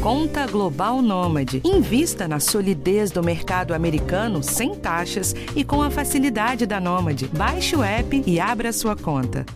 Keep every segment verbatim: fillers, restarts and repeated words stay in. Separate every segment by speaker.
Speaker 1: Conta Global Nômade. Invista na solidez do mercado americano sem taxas e com a facilidade da Nômade. Baixe o app e abra sua conta.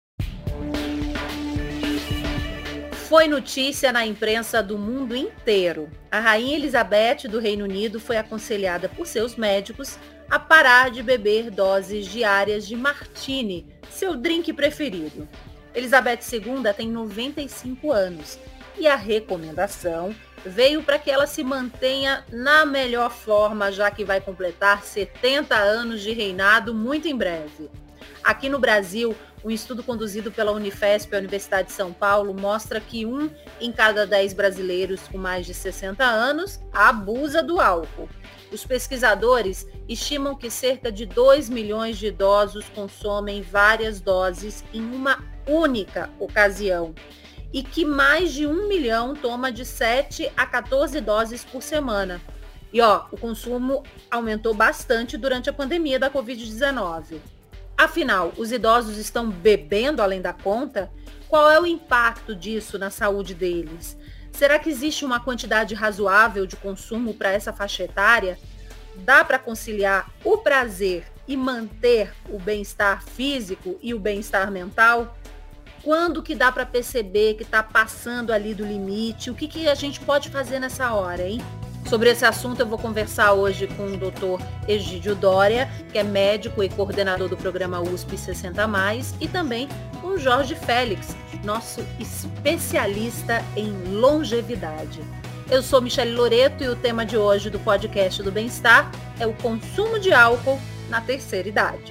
Speaker 2: Foi notícia na imprensa do mundo inteiro. A Rainha Elizabeth do Reino Unido foi aconselhada por seus médicos a parar de beber doses diárias de martini, seu drink preferido. Elizabeth segunda tem noventa e cinco anos e a recomendação veio para que ela se mantenha na melhor forma, já que vai completar setenta anos de reinado muito em breve. Aqui no Brasil, um estudo conduzido pela Unifesp, a Universidade de São Paulo, mostra que um em cada dez brasileiros com mais de sessenta anos abusa do álcool. Os pesquisadores estimam que cerca de dois milhões de idosos consomem várias doses em uma única ocasião e que mais de um milhão toma de sete a quatorze doses por semana. E ó, o consumo aumentou bastante durante a pandemia da covid dezenove. Afinal, os idosos estão bebendo além da conta? Qual é o impacto disso na saúde deles? Será que existe uma quantidade razoável de consumo para essa faixa etária? Dá para conciliar o prazer e manter o bem-estar físico e o bem-estar mental? Quando que dá para perceber que está passando ali do limite? O que, que a gente pode fazer nessa hora, hein? Sobre esse assunto eu vou conversar hoje com o doutor Egídio Doria, que é médico e coordenador do programa U S P sessenta mais, e também com o Jorge Félix, nosso especialista em longevidade. Eu sou Michele Loreto e o tema de hoje do podcast do Bem-Estar é o consumo de álcool na terceira idade.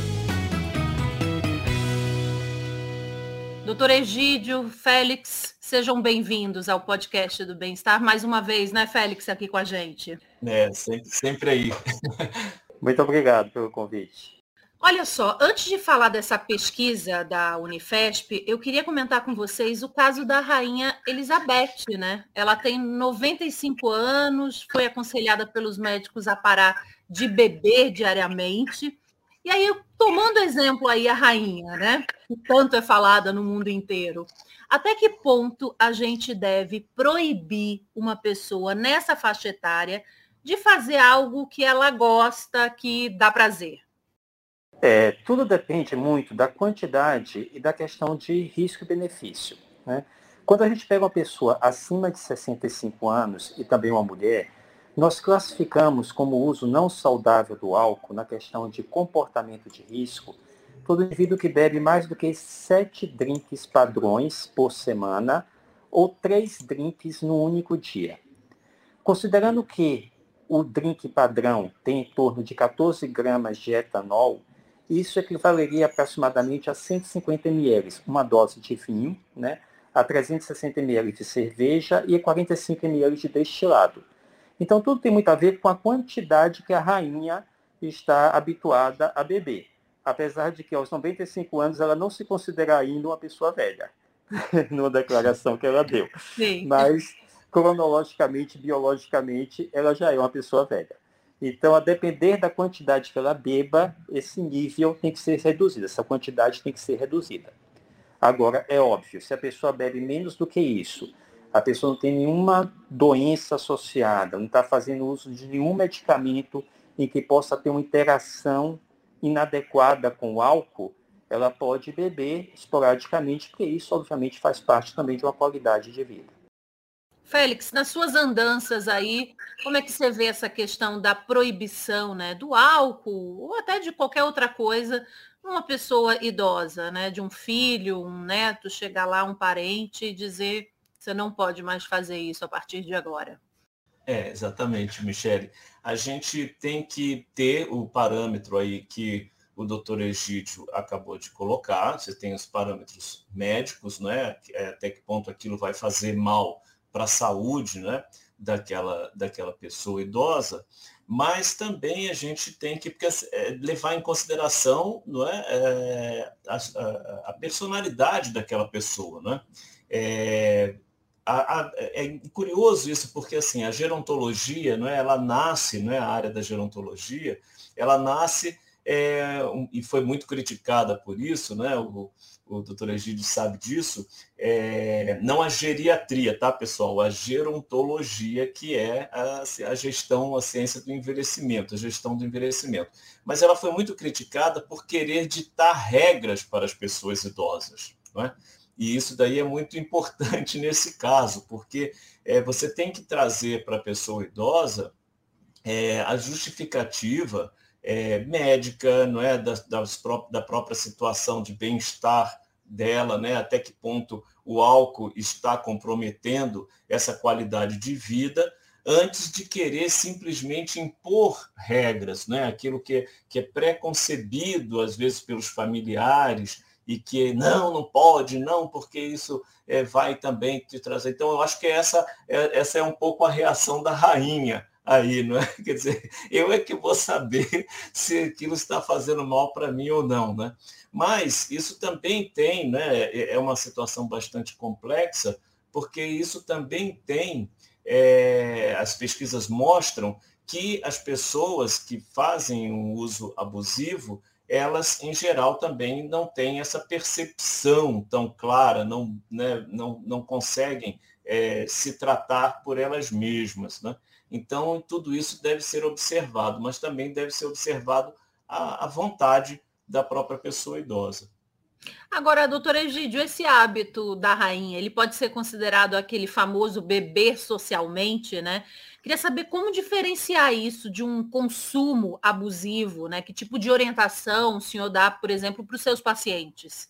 Speaker 2: Doutor Egídio, Félix, sejam bem-vindos ao podcast do Bem-Estar. Mais uma vez, né, Félix, aqui com a gente.
Speaker 3: É, sempre, sempre aí.
Speaker 4: Muito obrigado pelo convite.
Speaker 2: Olha só, antes de falar dessa pesquisa da Unifesp, eu queria comentar com vocês o caso da Rainha Elizabeth, né? Ela tem noventa e cinco anos, foi aconselhada pelos médicos a parar de beber diariamente. E aí, tomando exemplo aí a rainha, né, que tanto é falada no mundo inteiro, até que ponto a gente deve proibir uma pessoa nessa faixa etária de fazer algo que ela gosta, que dá prazer?
Speaker 4: É, tudo depende muito da quantidade e da questão de risco e benefício, né? Quando a gente pega uma pessoa acima de sessenta e cinco anos e também uma mulher, nós classificamos como uso não saudável do álcool na questão de comportamento de risco todo indivíduo que bebe mais do que sete drinks padrões por semana ou três drinks no único dia. Considerando que o drink padrão tem em torno de quatorze gramas de etanol, isso equivaleria aproximadamente a cento e cinquenta mililitros, uma dose de vinho, né, a trezentos e sessenta mililitros de cerveja e a quarenta e cinco mililitros de destilado. Então, tudo tem muito a ver com a quantidade que a rainha está habituada a beber. Apesar de que aos noventa e cinco anos ela não se considera ainda uma pessoa velha, numa declaração que ela deu.
Speaker 2: Sim.
Speaker 4: Mas, cronologicamente, biologicamente, ela já é uma pessoa velha. Então, a depender da quantidade que ela beba, esse nível tem que ser reduzido, essa quantidade tem que ser reduzida. Agora, é óbvio, se a pessoa bebe menos do que isso, a pessoa não tem nenhuma doença associada, não está fazendo uso de nenhum medicamento em que possa ter uma interação inadequada com o álcool, ela pode beber esporadicamente, porque isso, obviamente, faz parte também de uma qualidade de vida.
Speaker 2: Félix, nas suas andanças aí, como é que você vê essa questão da proibição, né, do álcool ou até de qualquer outra coisa numa pessoa idosa, né, de um filho, um neto, chegar lá, um parente e dizer você não pode mais fazer isso a partir de agora?
Speaker 3: É, exatamente, Michele. A gente tem que ter o parâmetro aí que o doutor Egídio acabou de colocar. Você tem os parâmetros médicos, né? Até que ponto aquilo vai fazer mal para a saúde, né? daquela, daquela pessoa idosa, mas também a gente tem que porque, é, levar em consideração, não é, é a, a, a personalidade daquela pessoa, né? É, A, a, é curioso isso, porque assim, a gerontologia, não é, ela nasce, não é, a área da gerontologia, ela nasce é, um, e foi muito criticada por isso, né? O, o doutor Egídio sabe disso, é, não a geriatria, tá, pessoal? A gerontologia, que é a, a gestão, a ciência do envelhecimento, a gestão do envelhecimento. Mas ela foi muito criticada por querer ditar regras para as pessoas idosas, não é? E isso daí é muito importante nesse caso, porque é, você tem que trazer para a pessoa idosa é, a justificativa É, médica, não é, das, das pró- da própria situação de bem-estar dela, né, até que ponto o álcool está comprometendo essa qualidade de vida, antes de querer simplesmente impor regras, né, aquilo que, que é pré-concebido, às vezes, pelos familiares, e que não, não pode, não, porque isso é, vai também te trazer. Então, eu acho que essa é, essa é um pouco a reação da rainha aí, não é? Quer dizer, eu é que vou saber se aquilo está fazendo mal para mim ou não, né? Mas isso também tem, né? É uma situação bastante complexa, porque isso também tem, é, as pesquisas mostram que as pessoas que fazem um uso abusivo, elas, em geral, também não têm essa percepção tão clara, não, né, não, não conseguem é, se tratar por elas mesmas, né? Então, tudo isso deve ser observado, mas também deve ser observado a, a vontade da própria pessoa idosa.
Speaker 2: Agora, doutor Egídio, esse hábito da rainha, ele pode ser considerado aquele famoso beber socialmente, né? Queria saber como diferenciar isso de um consumo abusivo, né? Que tipo de orientação o senhor dá, por exemplo, para os seus pacientes?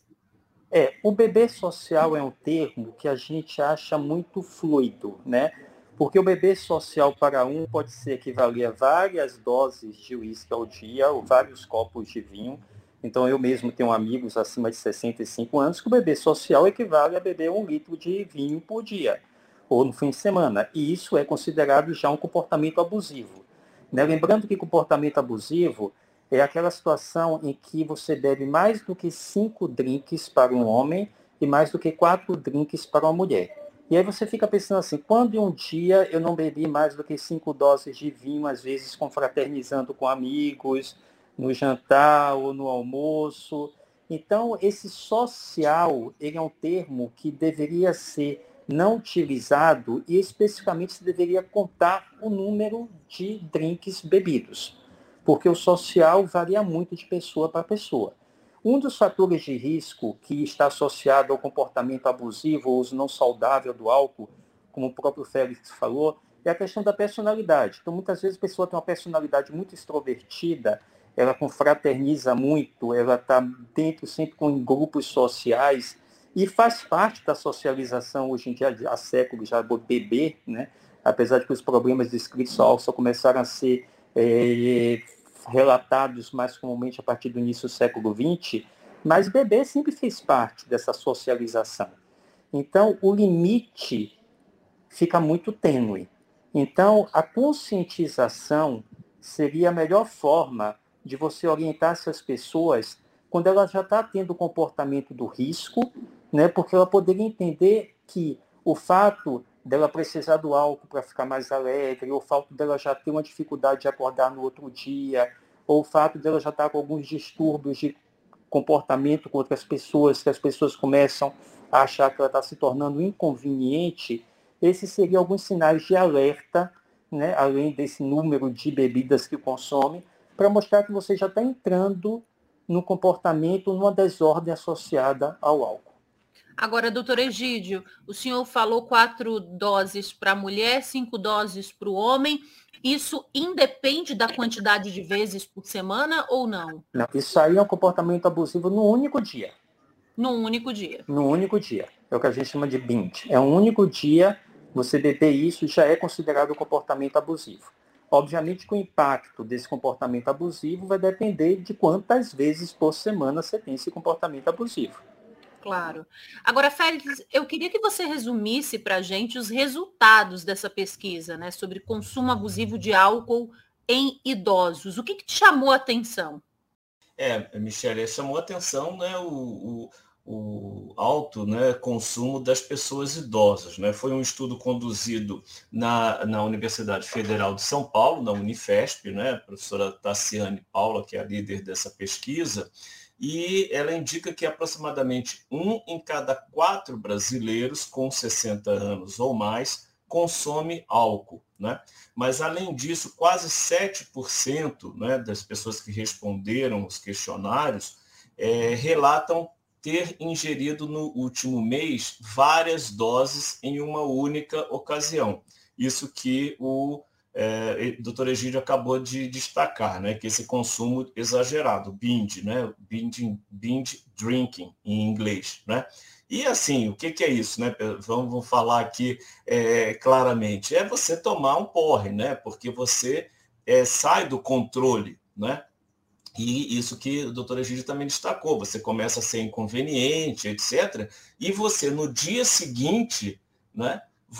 Speaker 4: É, o beber social é um termo que a gente acha muito fluido, né? Porque o beber social para um pode ser equivaler a várias doses de uísque ao dia ou vários copos de vinho. Então, eu mesmo tenho amigos acima de sessenta e cinco anos que o beber social equivale a beber um litro de vinho por dia, ou no fim de semana. E isso é considerado já um comportamento abusivo, né? Lembrando que comportamento abusivo é aquela situação em que você bebe mais do que cinco drinks para um homem e mais do que quatro drinks para uma mulher. E aí você fica pensando assim, quando em um dia eu não bebi mais do que cinco doses de vinho, às vezes confraternizando com amigos, no jantar ou no almoço. Então, esse social, ele é um termo que deveria ser não utilizado e especificamente se deveria contar o número de drinks bebidos, porque o social varia muito de pessoa para pessoa. Um dos fatores de risco que está associado ao comportamento abusivo ou uso não saudável do álcool, como o próprio Félix falou, é a questão da personalidade. Então, muitas vezes a pessoa tem uma personalidade muito extrovertida, ela confraterniza muito, ela está dentro sempre com grupos sociais e faz parte da socialização hoje em dia, há séculos já, beber, né? Apesar de que os problemas descritos ao álcool só começaram a ser é, relatados mais comumente a partir do início do século vinte, mas beber sempre fez parte dessa socialização. Então, o limite fica muito tênue. Então, a conscientização seria a melhor forma de você orientar essas pessoas quando ela já está tendo o comportamento do risco, né, porque ela poderia entender que o fato dela precisar do álcool para ficar mais alegre, ou o fato dela já ter uma dificuldade de acordar no outro dia, ou o fato dela já estar com alguns distúrbios de comportamento com outras pessoas, que as pessoas começam a achar que ela está se tornando inconveniente, esses seriam alguns sinais de alerta, né, além desse número de bebidas que consome, para mostrar que você já está entrando no comportamento, numa desordem associada ao álcool.
Speaker 2: Agora, doutor Egídio, o senhor falou quatro doses para a mulher, cinco doses para o homem. Isso independe da quantidade de vezes por semana ou não?
Speaker 4: Não, isso aí é um comportamento abusivo no único dia.
Speaker 2: Num único dia?
Speaker 4: No único dia. É o que a gente chama de binge. É um único dia, você beber isso já é considerado um comportamento abusivo. Obviamente que o impacto desse comportamento abusivo vai depender de quantas vezes por semana você tem esse comportamento abusivo.
Speaker 2: Claro. Agora, Félix, eu queria que você resumisse para a gente os resultados dessa pesquisa, né, sobre consumo abusivo de álcool em idosos. O que, que te chamou a atenção?
Speaker 3: É, Michele, chamou a atenção, né, o, o, o alto, né, consumo das pessoas idosas, né? Foi um estudo conduzido na, na Universidade Federal de São Paulo, na Unifesp, né? A professora Tassiane Paula, que é a líder dessa pesquisa, e ela indica que aproximadamente um em cada quatro brasileiros com sessenta anos ou mais consome álcool, né? Mas, além disso, quase sete por cento, né, das pessoas que responderam os questionários é, relatam ter ingerido no último mês várias doses em uma única ocasião. Isso que o é, doutor Egídio acabou de destacar, né, que esse consumo exagerado, binge, né, binge, binge drinking em inglês, né? E assim, o que, que é isso, né? Vamos falar aqui é, claramente. É você tomar um porre, né? Porque você é, sai do controle, né? E isso que o doutor Egídio também destacou, você começa a ser inconveniente, etcétera. E você, no dia seguinte, né,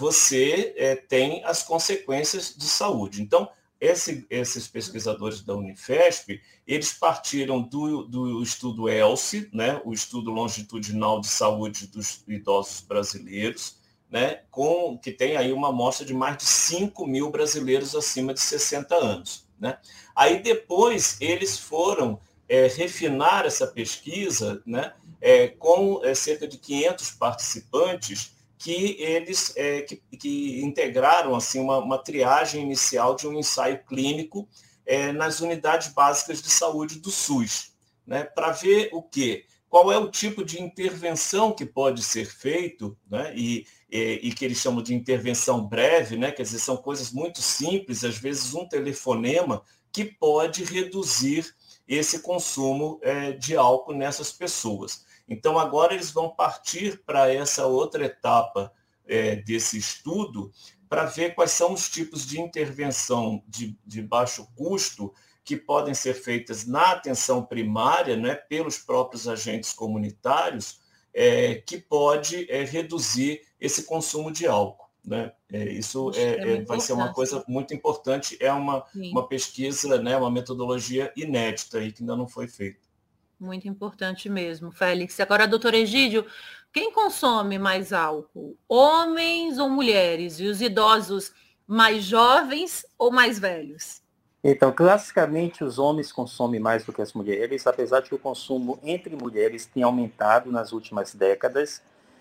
Speaker 3: você é, tem as consequências de saúde. Então, esse, esses pesquisadores da Unifesp, eles partiram do, do estudo ELSE, né, o Estudo Longitudinal de Saúde dos Idosos Brasileiros, né, com, que tem aí uma amostra de mais de cinco mil brasileiros acima de sessenta anos. Né? Aí depois eles foram é, refinar essa pesquisa, né, é, com é, cerca de quinhentos participantes que eles é, que, que integraram assim, uma, uma triagem inicial de um ensaio clínico é, nas unidades básicas de saúde do SUS, né, para ver o quê? Qual é o tipo de intervenção que pode ser feito, né, e, e, e que eles chamam de intervenção breve, né, quer dizer, são coisas muito simples, às vezes um telefonema, que pode reduzir esse consumo é, de álcool nessas pessoas. Então, agora eles vão partir para essa outra etapa é, desse estudo para ver quais são os tipos de intervenção de, de baixo custo que podem ser feitas na atenção primária, né, pelos próprios agentes comunitários, é, que pode é, reduzir esse consumo de álcool. Né? É, isso é, é, vai ser uma coisa muito importante, é uma, uma pesquisa, né, uma metodologia inédita aí, que ainda não foi feita.
Speaker 2: Muito importante mesmo, Félix. Agora, doutor Egídio, quem consome mais álcool? Homens ou mulheres? E os idosos mais jovens ou mais velhos?
Speaker 4: Então, classicamente, os homens consomem mais do que as mulheres, apesar de que o consumo entre mulheres tenha aumentado nas últimas décadas,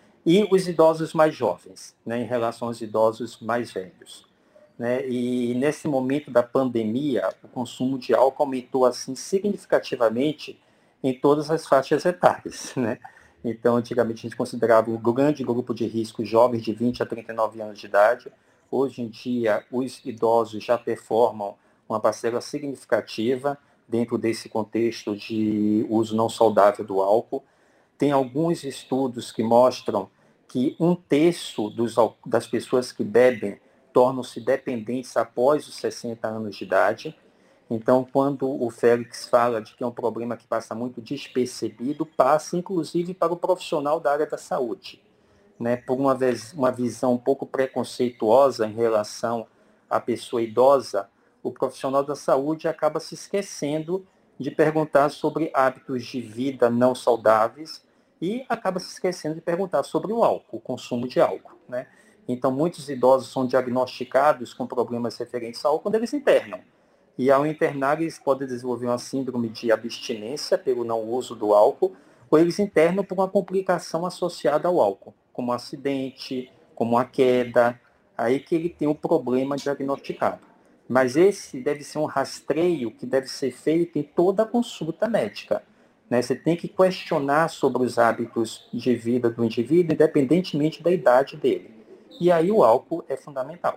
Speaker 4: e os idosos mais jovens, né, em relação aos idosos mais velhos. Né? E nesse momento da pandemia, o consumo de álcool aumentou assim significativamente em todas as faixas etárias. Né? Então, antigamente a gente considerava um grande grupo de risco jovens de vinte a trinta e nove anos de idade. Hoje em dia, os idosos já performam uma parcela significativa dentro desse contexto de uso não saudável do álcool. Tem alguns estudos que mostram que um terço dos, das pessoas que bebem tornam-se dependentes após os sessenta anos de idade. Então, quando o Félix fala de que é um problema que passa muito despercebido, passa inclusive para o profissional da área da saúde, né? Por uma, vez, uma visão um pouco preconceituosa em relação à pessoa idosa, o profissional da saúde acaba se esquecendo de perguntar sobre hábitos de vida não saudáveis e acaba se esquecendo de perguntar sobre o álcool, o consumo de álcool. Né? Então, muitos idosos são diagnosticados com problemas referentes ao álcool quando eles internam. E ao internar, eles podem desenvolver uma síndrome de abstinência pelo não uso do álcool, ou eles internam por uma complicação associada ao álcool, como um acidente, como uma queda, aí que ele tem o problema diagnosticado. Mas esse deve ser um rastreio que deve ser feito em toda a consulta médica. Né? Você tem que questionar sobre os hábitos de vida do indivíduo, independentemente da idade dele. E aí o álcool é fundamental.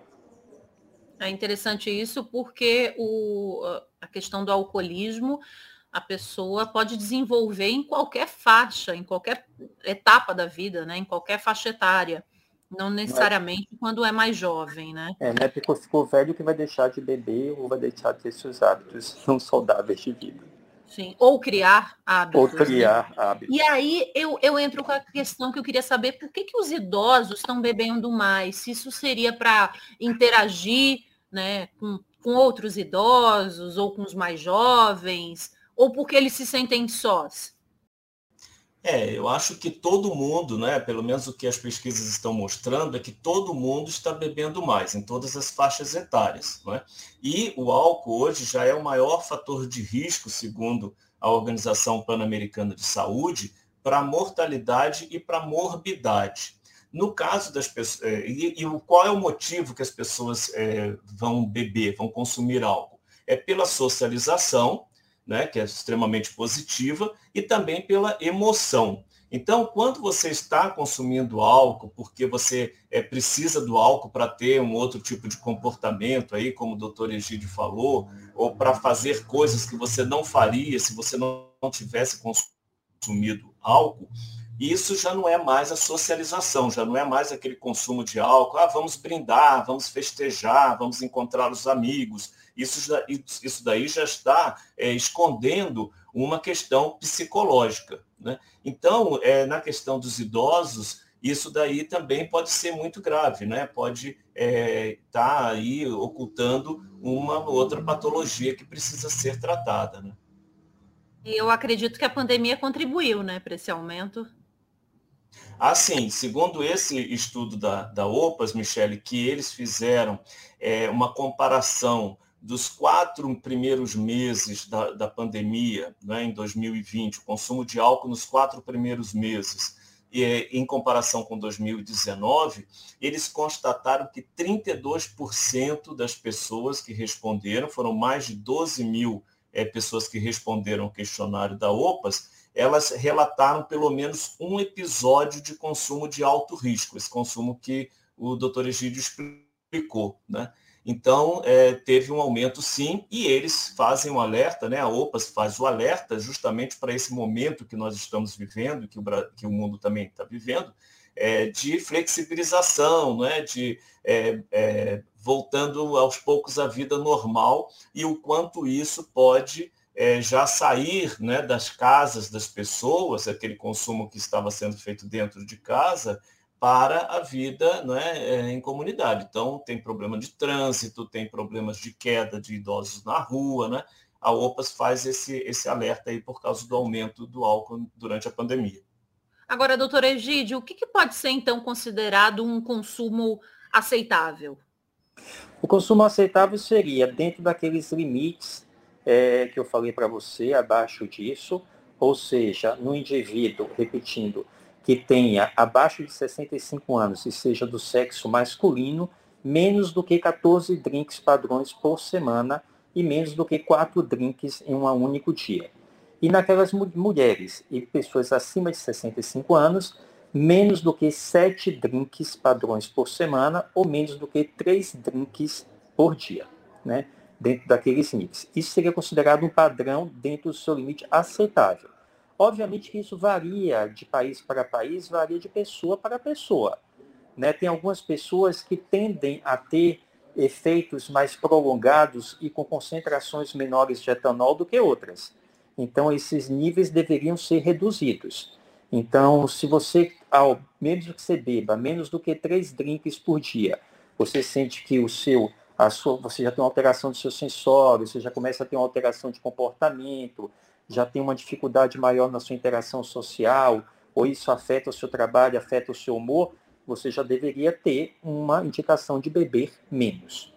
Speaker 2: É interessante isso porque o, a questão do alcoolismo, a pessoa pode desenvolver em qualquer faixa, em qualquer etapa da vida, né? Em qualquer faixa etária. Não necessariamente Mas, quando é mais jovem, né?
Speaker 4: É, não é porque ficou velho que vai deixar de beber ou vai deixar de ter seus hábitos não saudáveis de vida.
Speaker 2: Sim, ou criar hábitos.
Speaker 4: Ou criar
Speaker 2: né?
Speaker 4: hábitos.
Speaker 2: E aí eu, eu entro com a questão que eu queria saber, por que, que os idosos estão bebendo mais? Se isso seria para interagir, né, com, com outros idosos, ou com os mais jovens, ou porque eles se sentem sós?
Speaker 3: É, eu acho que todo mundo, né, pelo menos o que as pesquisas estão mostrando, é que todo mundo está bebendo mais, em todas as faixas etárias. Né? E o álcool hoje já é o maior fator de risco, segundo a Organização Pan-Americana de Saúde, para mortalidade e para morbidade. No caso das pessoas, e, e qual é o motivo que as pessoas é, vão beber, vão consumir álcool? É pela socialização, né, que é extremamente positiva, e também pela emoção. Então, quando você está consumindo álcool, porque você é, precisa do álcool para ter um outro tipo de comportamento, aí, como o doutor Egídio falou, ou para fazer coisas que você não faria se você não, não tivesse consumido álcool, isso já não é mais a socialização, já não é mais aquele consumo de álcool, ah, vamos brindar, vamos festejar, vamos encontrar os amigos. Isso, já, isso daí já está é, escondendo uma questão psicológica. Né? Então, é, na questão dos idosos, isso daí também pode ser muito grave, né? Pode estar é, tá aí ocultando uma outra patologia que precisa ser tratada. Né?
Speaker 2: Eu acredito que a pandemia contribuiu, né, para esse aumento.
Speaker 3: Assim, segundo esse estudo da, da OPAS, Michele, que eles fizeram é, uma comparação dos quatro primeiros meses da, da pandemia, né, em dois mil e vinte, o consumo de álcool nos quatro primeiros meses, e, em comparação com dois mil e dezenove, eles constataram que trinta e dois por cento das pessoas que responderam, foram mais de doze mil é, pessoas que responderam ao questionário da OPAS, elas relataram pelo menos um episódio de consumo de alto risco, esse consumo que o doutor Egídio explicou. Né? Então, é, teve um aumento sim, e eles fazem um alerta, né? A OPAS faz o alerta justamente para esse momento que nós estamos vivendo, que o, que o mundo também está vivendo, é, de flexibilização, né? de é, é, voltando aos poucos à vida normal, e o quanto isso pode É, já sair, né, das casas das pessoas, aquele consumo que estava sendo feito dentro de casa, para a vida, né, é, em comunidade. Então, tem problema de trânsito, tem problemas de queda de idosos na rua. Né? A OPAS faz esse, esse alerta aí por causa do aumento do álcool durante a pandemia.
Speaker 2: Agora, doutor Egídio, o que, que pode ser, então, considerado um consumo aceitável?
Speaker 4: O consumo aceitável seria dentro daqueles limites É, que eu falei para você, abaixo disso, ou seja, no indivíduo, repetindo, que tenha abaixo de sessenta e cinco anos e seja do sexo masculino, menos do que quatorze drinks padrões por semana e menos do que quatro drinks em um único dia. E naquelas mu- mulheres e pessoas acima de sessenta e cinco anos, menos do que sete drinks padrões por semana ou menos do que três drinks por dia, né? Dentro daqueles limites. Isso seria considerado um padrão dentro do seu limite aceitável. Obviamente que isso varia de país para país, varia de pessoa para pessoa. Né? Tem algumas pessoas que tendem a ter efeitos mais prolongados e com concentrações menores de etanol do que outras. Então, esses níveis deveriam ser reduzidos. Então, se você, ao menos que você beba, menos do que três drinks por dia, você sente que o seu A sua, você já tem uma alteração do seu sensório, você já começa a ter uma alteração de comportamento, já tem uma dificuldade maior na sua interação social, ou isso afeta o seu trabalho, afeta o seu humor, você já deveria ter uma indicação de beber menos.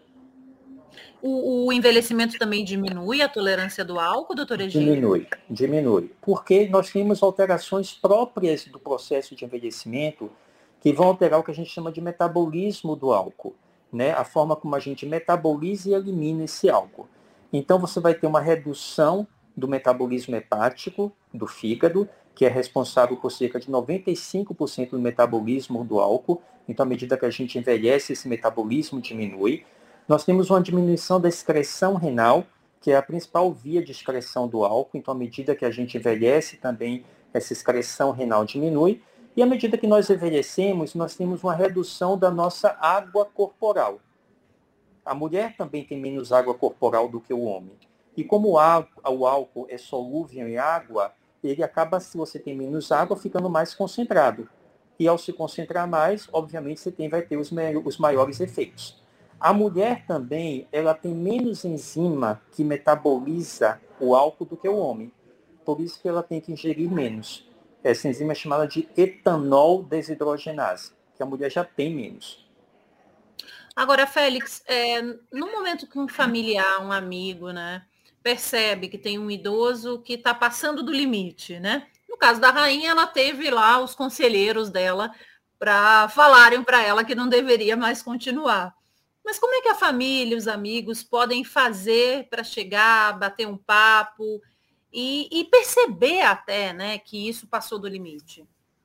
Speaker 2: O, o envelhecimento também diminui a tolerância do álcool, doutor Egídio?
Speaker 4: Diminui, diminui. Porque nós temos alterações próprias do processo de envelhecimento que vão alterar o que a gente chama de metabolismo do álcool. Né, a forma como a gente metaboliza e elimina esse álcool. Então, você vai ter uma redução do metabolismo hepático do fígado, que é responsável por cerca de noventa e cinco por cento do metabolismo do álcool. Então, à medida que a gente envelhece, esse metabolismo diminui. Nós temos uma diminuição da excreção renal, que é a principal via de excreção do álcool. Então, à medida que a gente envelhece, também essa excreção renal diminui. E à medida que nós envelhecemos, nós temos uma redução da nossa água corporal. A mulher também tem menos água corporal do que o homem. E como o álcool é solúvel em água, ele acaba, se você tem menos água, ficando mais concentrado. E ao se concentrar mais, obviamente, você tem, vai ter os, os maiores efeitos. A mulher também, ela tem menos enzima que metaboliza o álcool do que o homem. Por isso que ela tem que ingerir menos. Essa enzima é chamada de etanol desidrogenase, que a mulher já tem menos.
Speaker 2: Agora, Félix, é, no momento que um familiar, um amigo, né, percebe que tem um idoso que está passando do limite, né? No caso da rainha, ela teve lá os conselheiros dela para falarem para ela que não deveria mais continuar. Mas como é que a família, os amigos podem fazer para chegar, bater um papo e, e perceber até, né, que isso passou do limite?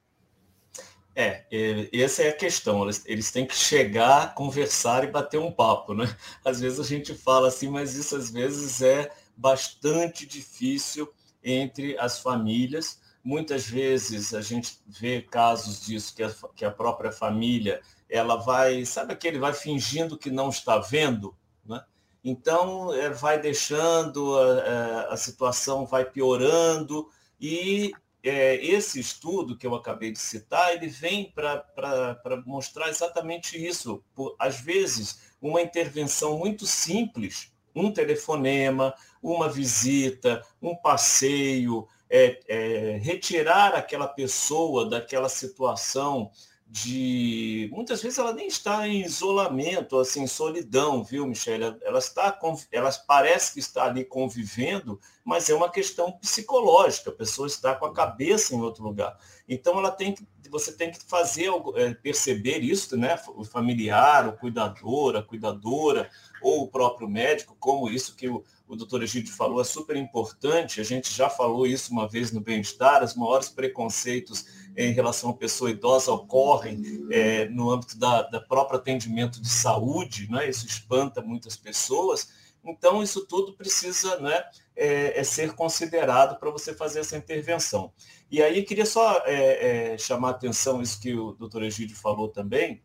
Speaker 3: É, essa é a questão, eles, eles têm que chegar, conversar e bater um papo, né? Às vezes a gente fala assim, mas isso às vezes é bastante difícil entre as famílias. Muitas vezes a gente vê casos disso, que a, que a própria família, ela vai, sabe aquele, vai fingindo que não está vendo, né? Então, é, vai deixando, a, a situação vai piorando e... É, esse estudo que eu acabei de citar, ele vem para mostrar exatamente isso. Por, às vezes, uma intervenção muito simples, um telefonema, uma visita, um passeio, é, é, retirar aquela pessoa daquela situação de... Muitas vezes ela nem está em isolamento, assim, solidão, viu, Michele? Ela, está, ela parece que está ali convivendo, mas é uma questão psicológica, a pessoa está com a cabeça em outro lugar. Então, ela tem que, você tem que fazer, perceber isso, né? O familiar, o cuidador, a cuidadora, ou o próprio médico, como isso que o, o doutor Egídio falou, é super importante. A gente já falou isso uma vez no bem-estar, os maiores preconceitos em relação à pessoa idosa ocorrem é, no âmbito da, da próprio atendimento de saúde, né? Isso espanta muitas pessoas. Então, isso tudo precisa, né, é, é ser considerado para você fazer essa intervenção. E aí, queria só é, é, chamar a atenção, isso que o doutor Egídio falou também,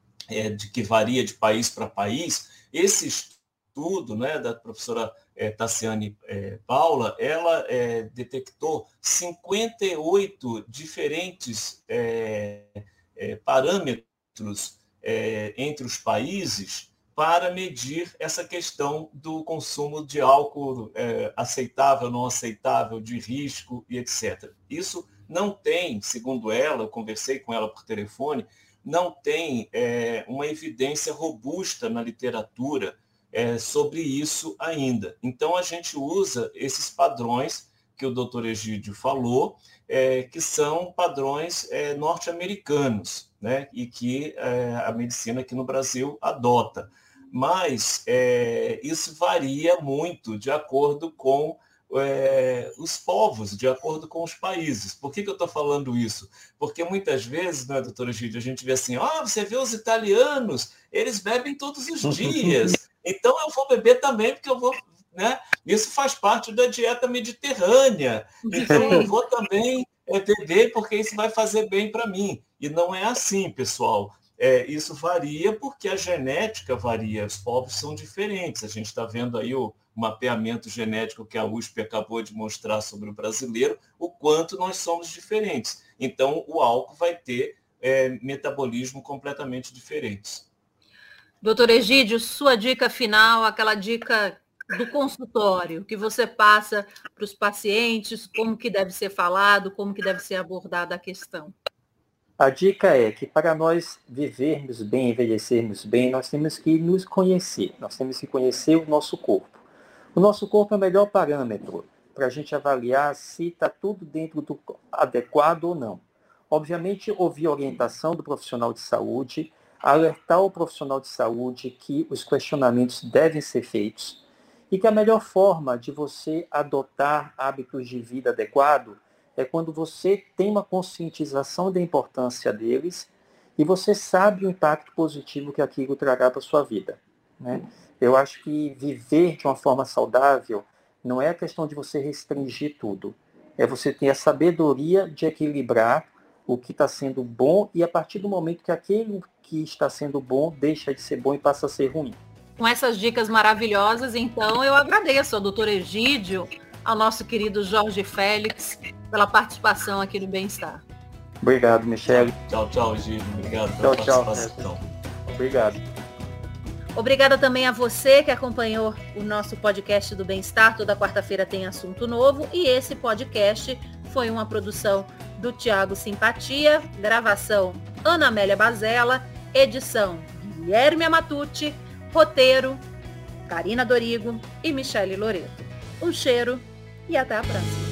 Speaker 3: é, de que varia de país para país. Esse estudo, né, da professora é, Tassiane é, Paula, ela é, detectou cinquenta e oito diferentes é, é, parâmetros é, entre os países para medir essa questão do consumo de álcool é, aceitável, não aceitável, de risco e etcétera. Isso não tem, segundo ela, eu conversei com ela por telefone, não tem é, uma evidência robusta na literatura é, sobre isso ainda. Então, a gente usa esses padrões que o doutor Egídio falou, é, que são padrões é, norte-americanos, né, e que é, a medicina aqui no Brasil adota. Mas é, isso varia muito de acordo com é, os povos, de acordo com os países. Por que, que eu estou falando isso? Porque muitas vezes, né, doutora Egídio, a gente vê assim, ah, você vê os italianos, eles bebem todos os dias, então eu vou beber também, porque eu vou... Né? Isso faz parte da dieta mediterrânea, então eu vou também é, beber, porque isso vai fazer bem para mim. E não é assim, pessoal. É, isso varia porque a genética varia, os povos são diferentes. A gente está vendo aí o mapeamento genético que a U S P acabou de mostrar sobre o brasileiro, o quanto nós somos diferentes. Então, o álcool vai ter é, metabolismo completamente diferentes.
Speaker 2: Doutor Egídio, sua dica final, aquela dica do consultório, que você passa para os pacientes, como que deve ser falado, como que deve ser abordada a questão.
Speaker 4: A dica é que para nós vivermos bem, envelhecermos bem, nós temos que nos conhecer, nós temos que conhecer o nosso corpo. O nosso corpo é o melhor parâmetro para a gente avaliar se está tudo dentro do adequado ou não. Obviamente, ouvir a orientação do profissional de saúde, alertar o profissional de saúde que os questionamentos devem ser feitos e que a melhor forma de você adotar hábitos de vida adequados é quando você tem uma conscientização da importância deles e você sabe o impacto positivo que aquilo trará para a sua vida, né? Eu acho que viver de uma forma saudável não é a questão de você restringir tudo. É você ter a sabedoria de equilibrar o que está sendo bom e a partir do momento que aquilo que está sendo bom deixa de ser bom e passa a ser ruim.
Speaker 2: Com essas dicas maravilhosas, então, eu agradeço ao doutor Egídio, ao nosso querido Jorge Félix, pela participação aqui no Bem-Estar.
Speaker 4: Obrigado, Michele.
Speaker 3: Tchau, tchau, Egídio. Obrigado pela
Speaker 4: tchau,
Speaker 3: participação.
Speaker 4: Tchau. Obrigado.
Speaker 2: Obrigada também a você que acompanhou o nosso podcast do Bem-Estar. Toda quarta-feira tem assunto novo e esse podcast foi uma produção do Tiago Simpatia, gravação Ana Amélia Bazella, edição Guilherme Amatucci, roteiro Karina Dorigo e Michele Loreto. Um cheiro e até a próxima.